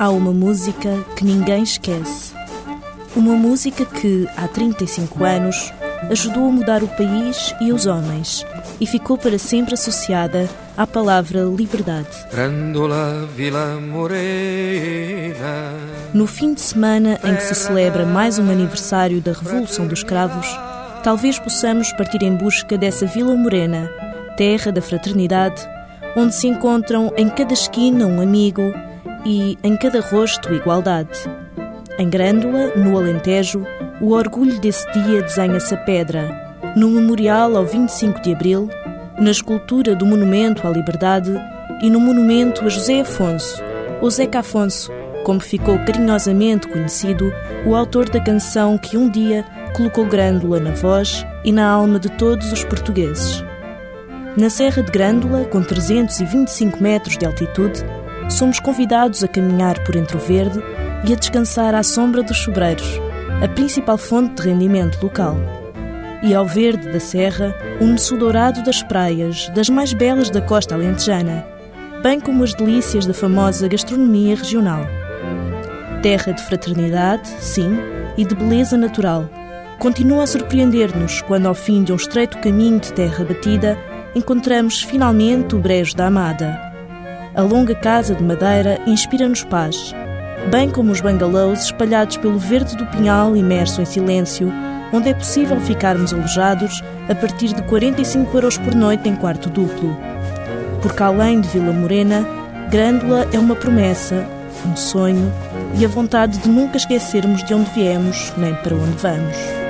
Há uma música que ninguém esquece. Uma música que, há 35 anos, ajudou a mudar o país e os homens e ficou para sempre associada à palavra liberdade. Grândola Vila Morena. No fim de semana em que se celebra mais um aniversário da Revolução dos Cravos, talvez possamos partir em busca dessa Vila Morena, terra da fraternidade, onde se encontram em cada esquina um amigo e em cada rosto igualdade. Em Grândola, no Alentejo, o orgulho desse dia desenha-se a pedra, no memorial ao 25 de Abril, na escultura do Monumento à Liberdade e no Monumento a José Afonso, ou Zeca Afonso, como ficou carinhosamente conhecido o autor da canção que um dia colocou Grândola na voz e na alma de todos os portugueses. Na Serra de Grândola, com 325 metros de altitude, somos convidados a caminhar por entre o verde e a descansar à sombra dos sobreiros, a principal fonte de rendimento local. E ao verde da serra, une-se o dourado das praias, das mais belas da costa alentejana, bem como as delícias da famosa gastronomia regional. Terra de fraternidade, sim, e de beleza natural. Continua a surpreender-nos quando, ao fim de um estreito caminho de terra batida, encontramos finalmente o Brejo da Amada. A longa casa de madeira inspira-nos paz, bem como os bungalows espalhados pelo verde do pinhal imerso em silêncio, onde é possível ficarmos alojados a partir de 45 € por noite em quarto duplo. Porque além de Vila Morena, Grândola é uma promessa, um sonho e a vontade de nunca esquecermos de onde viemos nem para onde vamos.